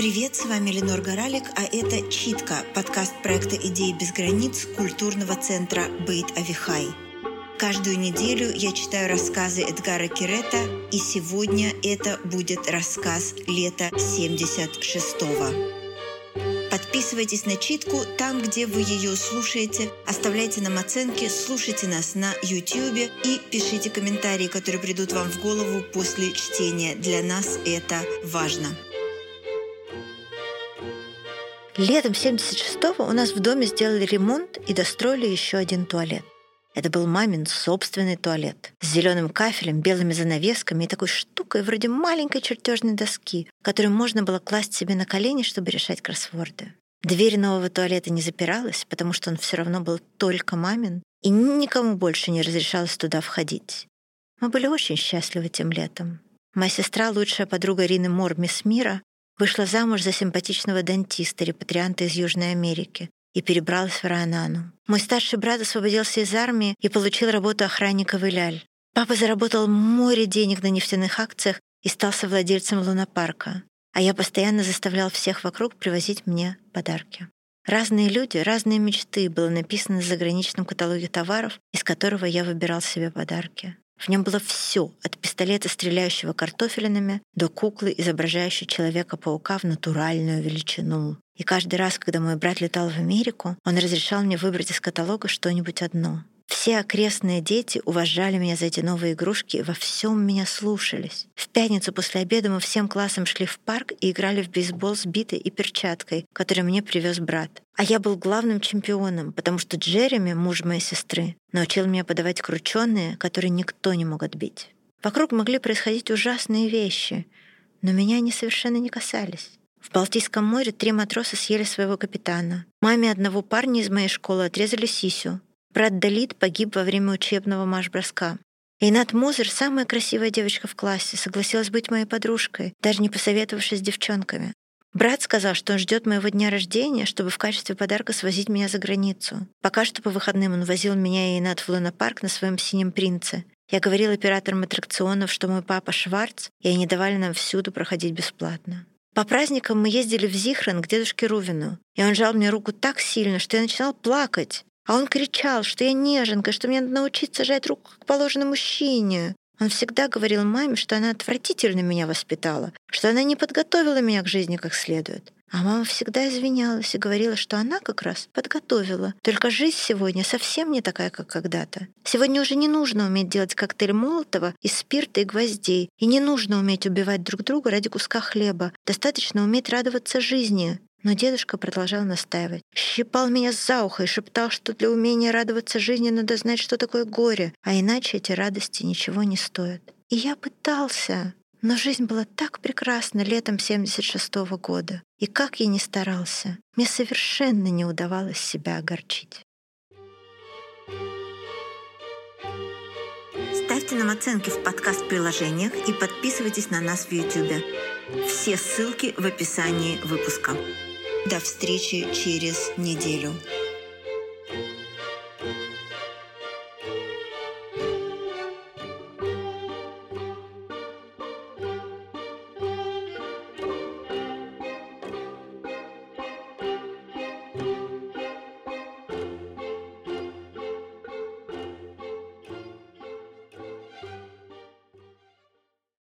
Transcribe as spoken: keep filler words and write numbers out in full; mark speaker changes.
Speaker 1: Привет, с вами Ленор Горалик, а это «Читка» — подкаст проекта «Идеи без границ» культурного центра Бейт Авихай. Каждую неделю я читаю рассказы Эдгара Керета, и сегодня это будет рассказ лета семьдесят шестого. Подписывайтесь на «Читку» там, где вы ее слушаете, оставляйте нам оценки, слушайте нас на YouTube и пишите комментарии, которые придут вам в голову после чтения. Для нас это важно.
Speaker 2: Летом семьдесят шестого у нас в доме сделали ремонт и достроили еще один туалет. Это был мамин собственный туалет с зеленым кафелем, белыми занавесками и такой штукой вроде маленькой чертежной доски, которую можно было класть себе на колени, чтобы решать кроссворды. Дверь нового туалета не запиралась, потому что он все равно был только мамин, и никому больше не разрешалось туда входить. Мы были очень счастливы тем летом. Моя сестра, лучшая подруга Рины Мор, мисс Мира, вышла замуж за симпатичного дантиста, репатрианта из Южной Америки, и перебралась в Раанану. Мой старший брат освободился из армии и получил работу охранника в Иляль. Папа заработал море денег на нефтяных акциях и стал совладельцем лунопарка, а я постоянно заставлял всех вокруг привозить мне подарки. «Разные люди, разные мечты» было написано в заграничном каталоге товаров, из которого я выбирал себе подарки. В нем было все, от пистолета, стреляющего картофелинами, до куклы, изображающей Человека-паука в натуральную величину. И каждый раз, когда мой брат летал в Америку, он разрешал мне выбрать из каталога что-нибудь одно. Все окрестные дети уважали меня за эти новые игрушки и во всем меня слушались. В пятницу после обеда мы всем классом шли в парк и играли в бейсбол с битой и перчаткой, которую мне привез брат. А я был главным чемпионом, потому что Джереми, муж моей сестры, научил меня подавать кручёные, которые никто не мог отбить. Вокруг могли происходить ужасные вещи, но меня они совершенно не касались. В Балтийском море три матроса съели своего капитана. Маме одного парня из моей школы отрезали сисю. Брат Далит погиб во время учебного марш-броска. Эйнат Мозер, самая красивая девочка в классе, согласилась быть моей подружкой, даже не посоветовавшись с девчонками. Брат сказал, что он ждет моего дня рождения, чтобы в качестве подарка свозить меня за границу. Пока что по выходным он возил меня и Эйнат в лунопарк на своем синем принце. Я говорил операторам аттракционов, что мой папа Шварц, и они давали нам всюду проходить бесплатно. По праздникам мы ездили в Зихрен к дедушке Рувину, и он жал мне руку так сильно, что я начинал плакать. А он кричал, что я неженка, что мне надо научиться жать руку, как положено мужчине. Он всегда говорил маме, что она отвратительно меня воспитала, что она не подготовила меня к жизни как следует. А мама всегда извинялась и говорила, что она как раз подготовила. Только жизнь сегодня совсем не такая, как когда-то. Сегодня уже не нужно уметь делать коктейль Молотова из спирта и гвоздей. И не нужно уметь убивать друг друга ради куска хлеба. Достаточно уметь радоваться жизни. Но дедушка продолжал настаивать. Щипал меня за ухо и шептал, что для умения радоваться жизни надо знать, что такое горе, а иначе эти радости ничего не стоят. И я пытался. Но жизнь была так прекрасна летом семьдесят шестого года. И как я ни старался, мне совершенно не удавалось себя огорчить.
Speaker 1: Ставьте нам оценки в подкаст-приложениях и подписывайтесь на нас в YouTube. Все ссылки в описании выпуска. До встречи через неделю.